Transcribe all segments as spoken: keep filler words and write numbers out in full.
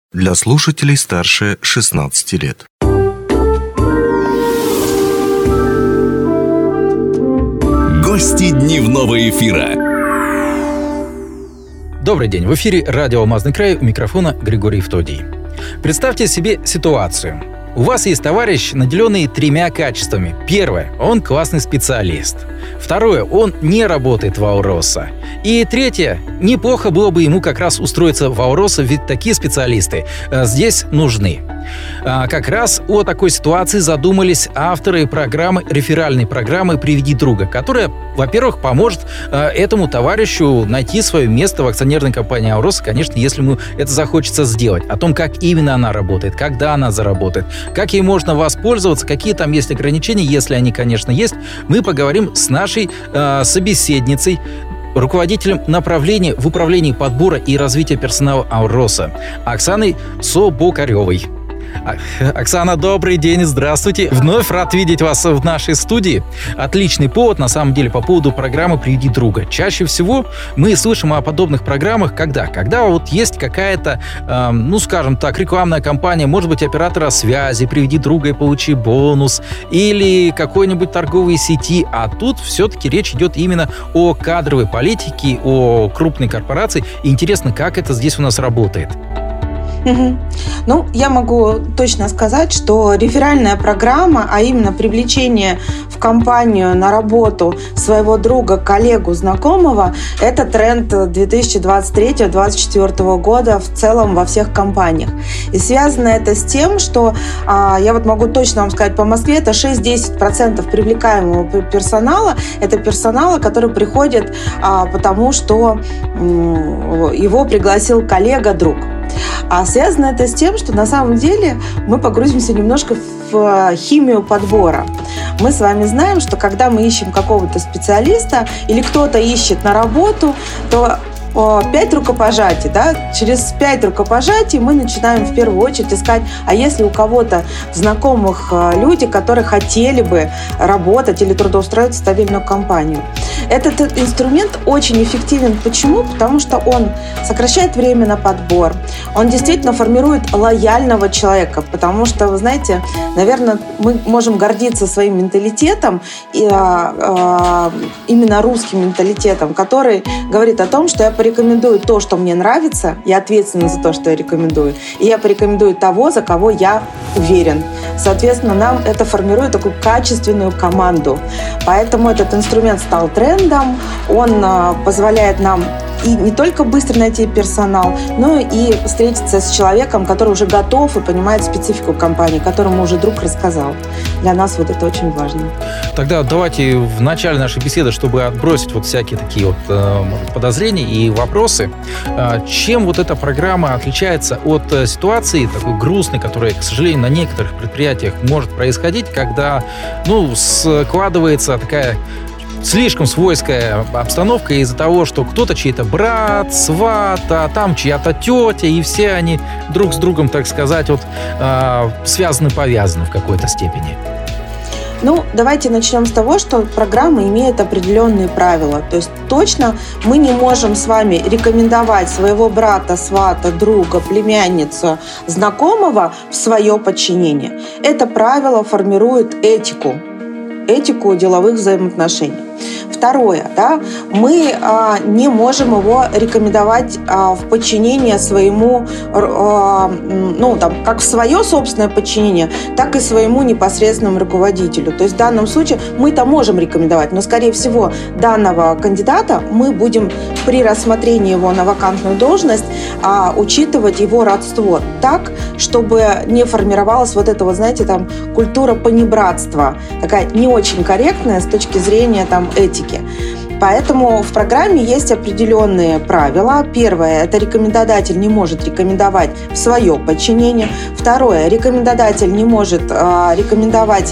Для слушателей старше шестнадцати лет. Гости дневного эфира. Добрый день. В эфире радио «Алмазный край», у микрофона Григорий Евтодий. Представьте себе ситуацию. У вас есть товарищ, наделенный тремя качествами. Первое – он классный специалист. Второе – он не работает в Алроса. И третье – неплохо было бы ему как раз устроиться в Алроса, ведь такие специалисты а, здесь нужны. А, как раз о такой ситуации задумались авторы программы, реферальной программы «Приведи друга», которая, во-первых, поможет а, этому товарищу найти свое место в акционерной компании Алроса, конечно, если ему это захочется сделать. О том, как именно она работает, когда она заработает, как ей можно воспользоваться, какие там есть ограничения, если они, конечно, есть, мы поговорим с нашей э, собеседницей, руководителем направления в управлении подбора и развития персонала Алроса Оксаной Собокаревой. Оксана, добрый день, здравствуйте. Вновь рад видеть вас в нашей студии. Отличный повод, на самом деле, по поводу программы «Приведи друга». Чаще всего мы слышим о подобных программах, когда? Когда вот есть какая-то, э, ну, скажем так, рекламная кампания, может быть, оператора связи, «Приведи друга и получи бонус», или какой-нибудь торговой сети, а тут все-таки речь идет именно о кадровой политике, о крупной корпорации. И интересно, как это здесь у нас работает? Угу. Ну, я могу точно сказать, что реферальная программа, а именно привлечение в компанию на работу своего друга, коллегу, знакомого, это тренд две тысячи двадцать третьего — две тысячи двадцать четвёртого года в целом во всех компаниях. И связано это с тем, что, а, я вот могу точно вам сказать, по Москве это шесть-десять процентов привлекаемого персонала, это персонала, который приходит а, потому, что м, его пригласил коллега, друг. А связано это с тем, что на самом деле мы погрузимся немножко в химию подбора. Мы с вами знаем, что когда мы ищем какого-то специалиста или кто-то ищет на работу, то пять рукопожатий, да, через пять рукопожатий мы начинаем в первую очередь искать, а если у кого-то знакомых люди, которые хотели бы работать или трудоустроиться в стабильную компанию. Этот инструмент очень эффективен. Почему? Потому что он сокращает время на подбор, он действительно формирует лояльного человека, потому что, вы знаете, наверное, мы можем гордиться своим менталитетом, и, а, а, именно русским менталитетом, который говорит о том, что я порекомендую то, что мне нравится, я ответственна за то, что я рекомендую, и я порекомендую того, за кого я уверен. Соответственно, нам это формирует такую качественную команду. Поэтому этот инструмент стал трендом, он позволяет нам и не только быстро найти персонал, но и встретиться с человеком, который уже готов и понимает специфику компании, которому уже друг рассказал. Для нас вот это очень важно. Тогда давайте в начале нашей беседы, чтобы отбросить вот всякие такие вот э, подозрения и вопросы, э, чем вот эта программа отличается от э, ситуации такой грустной, которая, к сожалению, на некоторых предприятиях может происходить, когда, ну, складывается такая слишком свойская обстановка из-за того, что кто-то чей-то брат, сват, а там чья-то тетя, и все они друг с другом, так сказать, вот, э, связаны-повязаны в какой-то степени. Ну, давайте начнем с того, что программа имеет определенные правила. То есть точно мы не можем с вами рекомендовать своего брата, свата, друга, племянницу, знакомого в свое подчинение. Это правило формирует этику, этику деловых взаимоотношений. Второе, да, мы а, не можем его рекомендовать а, в подчинение своему, а, ну, там, как в свое собственное подчинение, так и своему непосредственному руководителю. То есть в данном случае мы-то можем рекомендовать, но, скорее всего, данного кандидата мы будем при рассмотрении его на вакантную должность а, учитывать его родство так, чтобы не формировалась вот эта, вот, знаете, там, культура понебратства, такая не очень корректная с точки зрения там, этики. Поэтому в программе есть определенные правила. Первое – это рекомендодатель не может рекомендовать в свое подчинение. Второе – рекомендодатель не может а, рекомендовать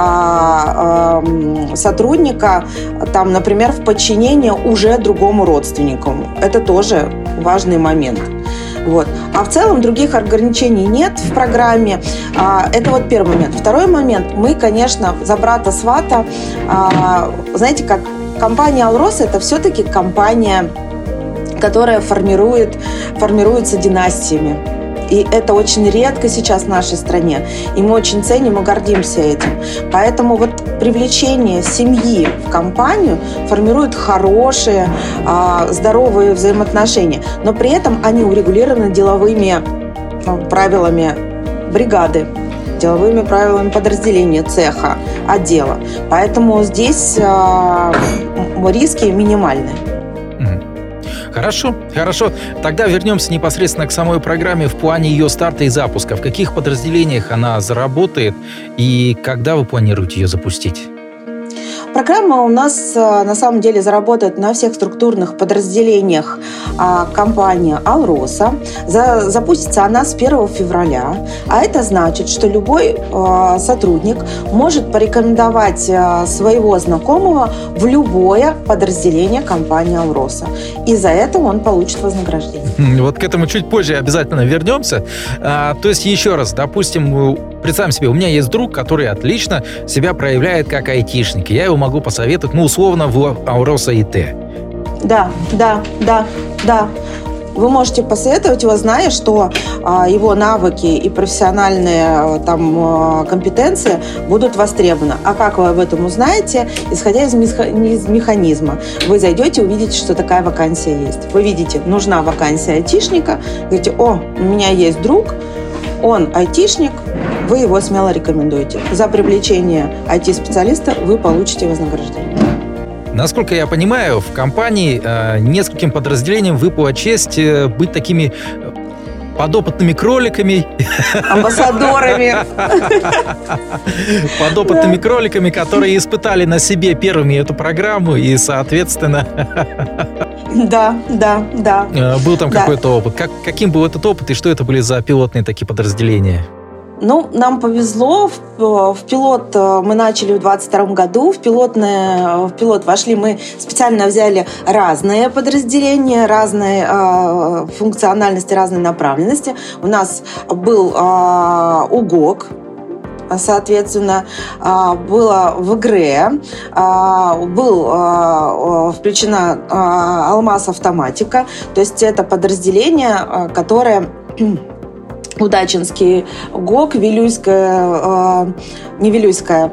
а, а, сотрудника, там, например, в подчинение уже другому родственнику. Это тоже важный момент. Вот. А в целом других ограничений нет в программе. А, это вот первый момент. Второй момент. Мы, конечно, за брата-свата, а, знаете, как компания «Алрос» – это все-таки компания, которая формирует, формируется династиями. И это очень редко сейчас в нашей стране. И мы очень ценим и гордимся этим. Поэтому вот привлечение семьи в компанию формирует хорошие, здоровые взаимоотношения. Но при этом они урегулированы деловыми правилами бригады, деловыми правилами подразделения, цеха, отдела. Поэтому здесь риски минимальны. Хорошо, хорошо. Тогда вернемся непосредственно к самой программе в плане ее старта и запуска. В каких подразделениях она заработает и когда вы планируете ее запустить? Программа у нас на самом деле заработает на всех структурных подразделениях компании «Алроса». Запустится она с первого февраля, а это значит, что любой сотрудник может порекомендовать своего знакомого в любое подразделение компании «Алроса». И за это он получит вознаграждение. Вот к этому чуть позже обязательно вернемся. А, то есть еще раз, допустим, представим себе, у меня есть друг, который отлично себя проявляет как айтишник. Я его могу посоветовать, ну, условно, в «Алроса ИТ». Да, да, да, да. Вы можете посоветовать его, зная, что а, его навыки и профессиональные там, компетенции будут востребованы. А как вы об этом узнаете? Исходя из, меха- из механизма. Вы зайдете, увидите, что такая вакансия есть. Вы видите, нужна вакансия айтишника. Говорите, о, у меня есть друг, он айтишник, вы его смело рекомендуете. За привлечение ай ти-специалиста вы получите вознаграждение. Насколько я понимаю, в компании э, нескольким подразделениям выпала честь э, быть такими подопытными кроликами. Амбассадорами. Подопытными кроликами, которые испытали на себе первыми эту программу и, соответственно... Да, да, да. Был там какой-то опыт. Как, каким был этот опыт и что это были за пилотные такие подразделения? Ну, нам повезло. В, в пилот мы начали в двадцать втором году. В, пилотное, в пилот вошли мы специально взяли разные подразделения, разные э, функциональности, разные направленности. У нас был э, УГОК. Соответственно, было в игре, был включена Алмаз Автоматика, то есть это подразделение, которое Удачинский ГОК, Вилюйская, не Вилюйская,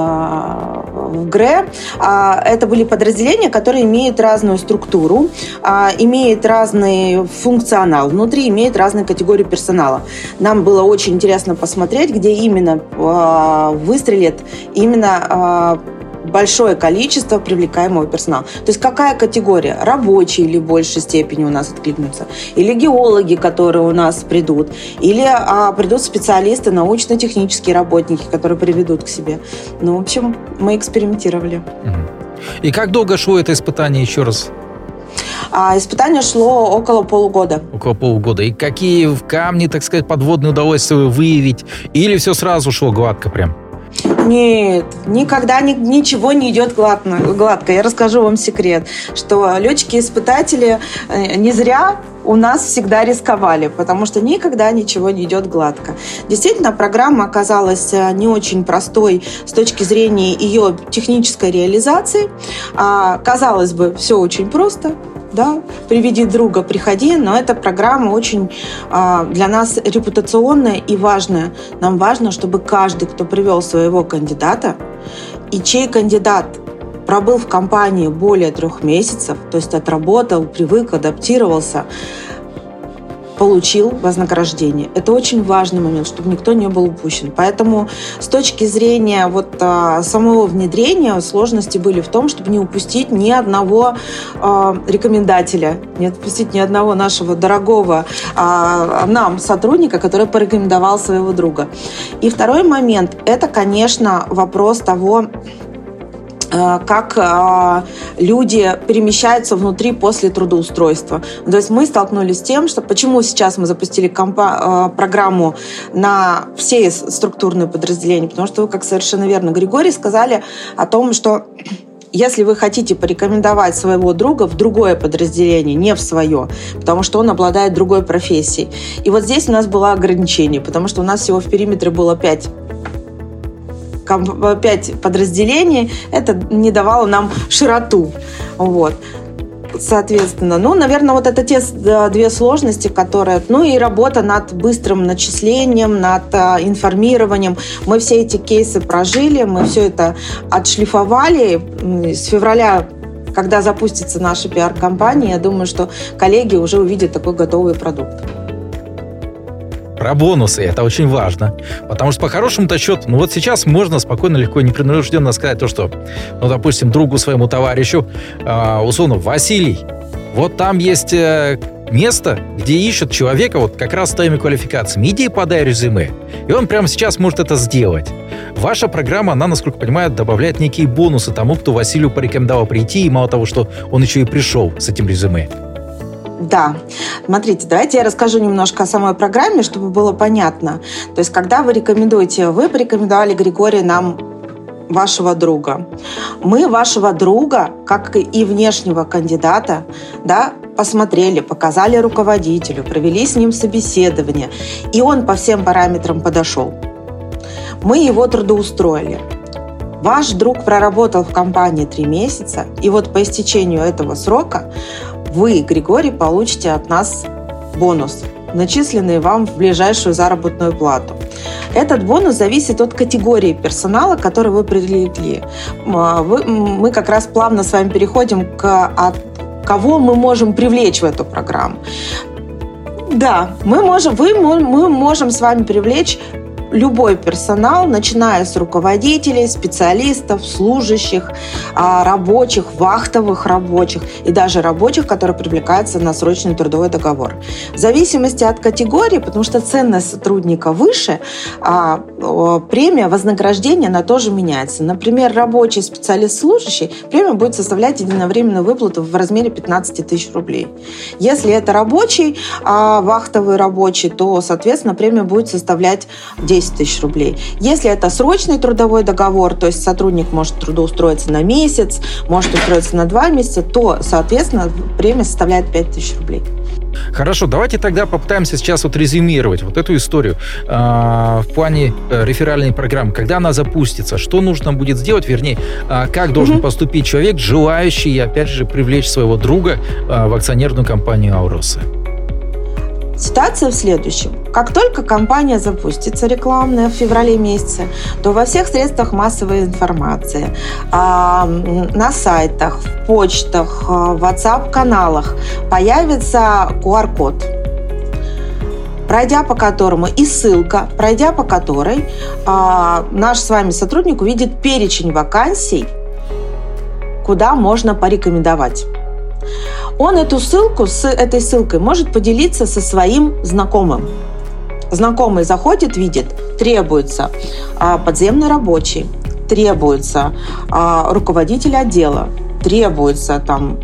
в ГРЭ. Это были подразделения, которые имеют разную структуру, имеют разный функционал внутри, имеют разные категории персонала. Нам было очень интересно посмотреть, где именно выстрелит именно большое количество привлекаемого персонала. То есть какая категория? Рабочие или в большей степени у нас откликнутся? Или геологи, которые у нас придут? Или а, придут специалисты, научно-технические работники, которые приведут к себе? Ну, в общем, мы экспериментировали. И как долго шло это испытание еще раз? А испытание шло около полугода. Около полугода. И какие камни, так сказать, подводные удалось выявить? Или все сразу шло гладко прям? Нет, никогда ни, ничего не идет гладко, гладко. Я расскажу вам секрет, что летчики-испытатели не зря у нас всегда рисковали, потому что никогда ничего не идет гладко. Действительно, программа оказалась не очень простой с точки зрения ее технической реализации. А, казалось бы, все очень просто. Да, приведи друга, приходи, но эта программа очень а, для нас репутационная и важная. Нам важно, чтобы каждый, кто привел своего кандидата, и чей кандидат пробыл в компании более трех месяцев, то есть отработал, привык, адаптировался, получил вознаграждение. Это очень важный момент, чтобы никто не был упущен. Поэтому с точки зрения вот, а, самого внедрения сложности были в том, чтобы не упустить ни одного а, рекомендателя, не упустить ни одного нашего дорогого а, нам сотрудника, который порекомендовал своего друга. И второй момент – это, конечно, вопрос того, как э, люди перемещаются внутри после трудоустройства. То есть мы столкнулись с тем, что почему сейчас мы запустили компа- э, программу на все структурные подразделения, потому что вы, как совершенно верно, Григорий, сказали о том, что если вы хотите порекомендовать своего друга в другое подразделение, не в свое, потому что он обладает другой профессией. И вот здесь у нас было ограничение, потому что у нас всего в периметре было пять пять подразделений, это не давало нам широту. Вот. Соответственно, ну, наверное, вот это те две сложности, которые... Ну, и работа над быстрым начислением, над информированием. Мы все эти кейсы прожили, мы все это отшлифовали. С февраля, когда запустится наша пиар-компания, я думаю, что коллеги уже увидят такой готовый продукт. Про бонусы, это очень важно. Потому что, по хорошему-то счету, ну вот сейчас можно спокойно, легко и непринужденно сказать то, что, ну, допустим, другу своему товарищу, э, условно, Василий, вот там есть э, место, где ищут человека вот как раз с твоими квалификациями. Иди и подай резюме. И он прямо сейчас может это сделать. Ваша программа, она, насколько понимаю, добавляет некие бонусы тому, кто Василию порекомендовал прийти, и мало того, что он еще и пришел с этим резюме. Да. Смотрите, давайте я расскажу немножко о самой программе, чтобы было понятно. То есть, когда вы рекомендуете, вы порекомендовали, Григорий, нам вашего друга. Мы вашего друга, как и внешнего кандидата, да, посмотрели, показали руководителю, провели с ним собеседование, и он по всем параметрам подошел. Мы его трудоустроили. Ваш друг проработал в компании три месяца, и вот по истечению этого срока вы, Григорий, получите от нас бонус, начисленный вам в ближайшую заработную плату. Этот бонус зависит от категории персонала, который вы привлекли. Вы, мы как раз плавно с вами переходим к от кого мы можем привлечь в эту программу. Да, мы можем, вы, мы можем с вами привлечь любой персонал, начиная с руководителей, специалистов, служащих, рабочих, вахтовых рабочих и даже рабочих, которые привлекаются на срочный трудовой договор. В зависимости от категории, потому что ценность сотрудника выше, премия вознаграждения она тоже меняется. Например, рабочий, специалист, служащий, премия будет составлять единовременную выплату в размере пятнадцать тысяч рублей. Если это рабочий, вахтовый рабочий, то, соответственно, премия будет составлять десять тысяч рублей. Если это срочный трудовой договор, то есть сотрудник может трудоустроиться на месяц, может устроиться на два месяца, то, соответственно, премия составляет пять тысяч рублей. Хорошо, давайте тогда попытаемся сейчас вот резюмировать вот эту историю э, в плане э, реферальной программы. Когда она запустится, что нужно будет сделать, вернее, э, как должен mm-hmm. поступить человек, желающий, опять же, привлечь своего друга э, в акционерную компанию «Ауроса»? Ситуация в следующем. Как только компания запустится рекламная в феврале месяце, то во всех средствах массовой информации, на сайтах, в почтах, в WhatsApp-каналах появится ку ар код, пройдя по которому и ссылка, пройдя по которой наш с вами сотрудник увидит перечень вакансий, куда можно порекомендовать. Он эту ссылку с этой ссылкой может поделиться со своим знакомым. Знакомый заходит, видит, требуется подземный рабочий, требуется руководитель отдела, требуется там,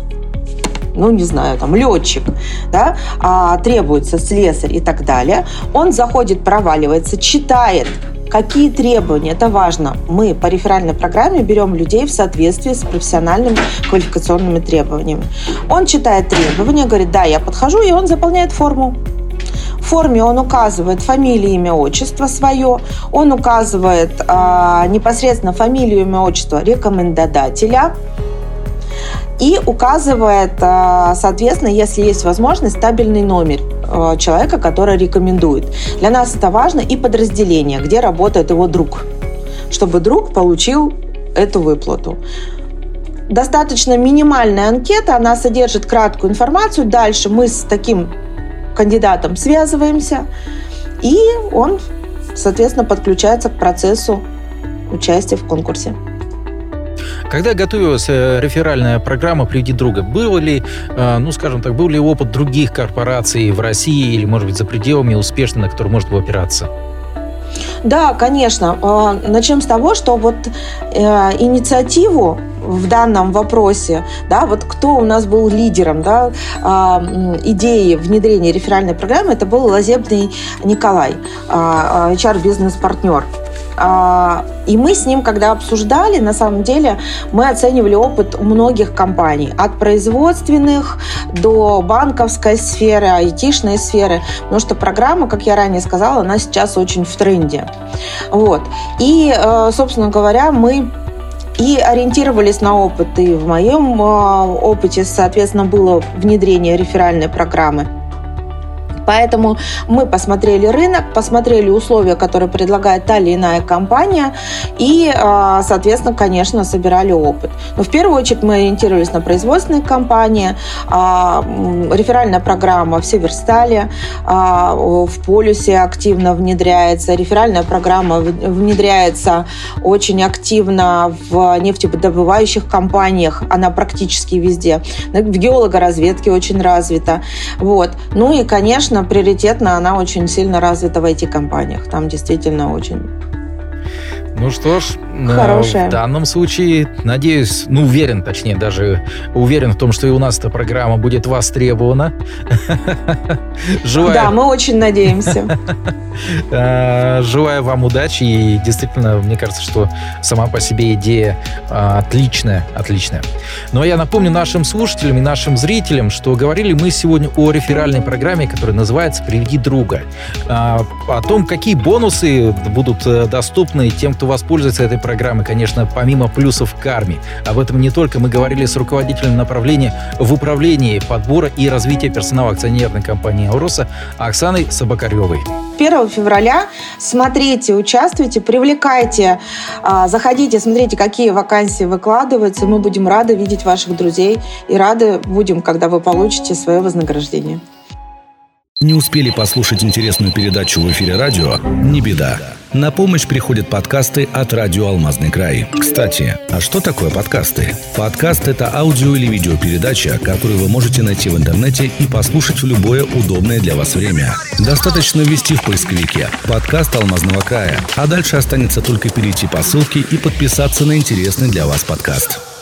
ну не знаю, там летчик, да, требуется слесарь и так далее. Он заходит, проваливается, читает, какие требования, это важно. Мы по реферальной программе берем людей в соответствии с профессиональными квалификационными требованиями. Он читает требования, говорит, да, я подхожу, и он заполняет форму. В форме он указывает фамилию, имя, отчество свое, он указывает а, непосредственно фамилию, имя, отчество рекомендодателя и указывает, а, соответственно, если есть возможность, табельный номер человека, который рекомендует. Для нас это важно, и подразделение, где работает его друг, чтобы друг получил эту выплату. Достаточно минимальная анкета, она содержит краткую информацию. Дальше мы с таким кандидатом связываемся, и он, соответственно, подключается к процессу участия в конкурсе. Когда готовилась реферальная программа «Приведи друга», был ли, ну, скажем так, был ли опыт других корпораций в России или, может быть, за пределами успешный, на который может было опираться? Да, конечно. Начнем с того, что вот инициативу в данном вопросе, да, вот кто у нас был лидером, да, идеи внедрения реферальной программы, это был Лазебный Николай, эйч ар-бизнес-партнер. И мы с ним, когда обсуждали, на самом деле, мы оценивали опыт многих компаний, от производственных до банковской сферы, айтишной сферы, потому что программа, как я ранее сказала, она сейчас очень в тренде. Вот. И, собственно говоря, мы и ориентировались на опыт. И в моем опыте, соответственно, было внедрение реферальной программы. Поэтому мы посмотрели рынок, посмотрели условия, которые предлагает та или иная компания, и, соответственно, конечно, собирали опыт. Но в первую очередь мы ориентировались на производственные компании. Реферальная программа в Северстале, в Полюсе активно внедряется. Реферальная программа внедряется очень активно в нефтедобывающих компаниях. Она практически везде. В геологоразведке очень развита. Вот. Ну и, конечно, приоритетно она очень сильно развита в ай ти-компаниях. Там действительно очень... Ну что ж, Хорошая. В данном случае, надеюсь, ну уверен, точнее, даже уверен в том, что и у нас эта программа будет востребована. Желаю... Да, мы очень надеемся. Желаю вам удачи, и действительно, мне кажется, что сама по себе идея отличная, отличная. Но я напомню нашим слушателям и нашим зрителям, что говорили мы сегодня о реферальной программе, которая называется «Приведи друга». О том, какие бонусы будут доступны тем, кто воспользуется этой программой, конечно, помимо плюсов к армии. Об этом не только мы говорили с руководителем направления в управлении подбора и развития персонала акционерной компании «Ауроса» Оксаной Собакаревой. первого февраля смотрите, участвуйте, привлекайте, заходите, смотрите, какие вакансии выкладываются. Мы будем рады видеть ваших друзей и рады будем, когда вы получите свое вознаграждение. Не успели послушать интересную передачу в эфире радио? Не беда. На помощь приходят подкасты от радио «Алмазный край». Кстати, а что такое подкасты? Подкаст – это аудио- или видеопередача, которую вы можете найти в интернете и послушать в любое удобное для вас время. Достаточно ввести в поисковике «Подкаст Алмазного края», а дальше останется только перейти по ссылке и подписаться на интересный для вас подкаст.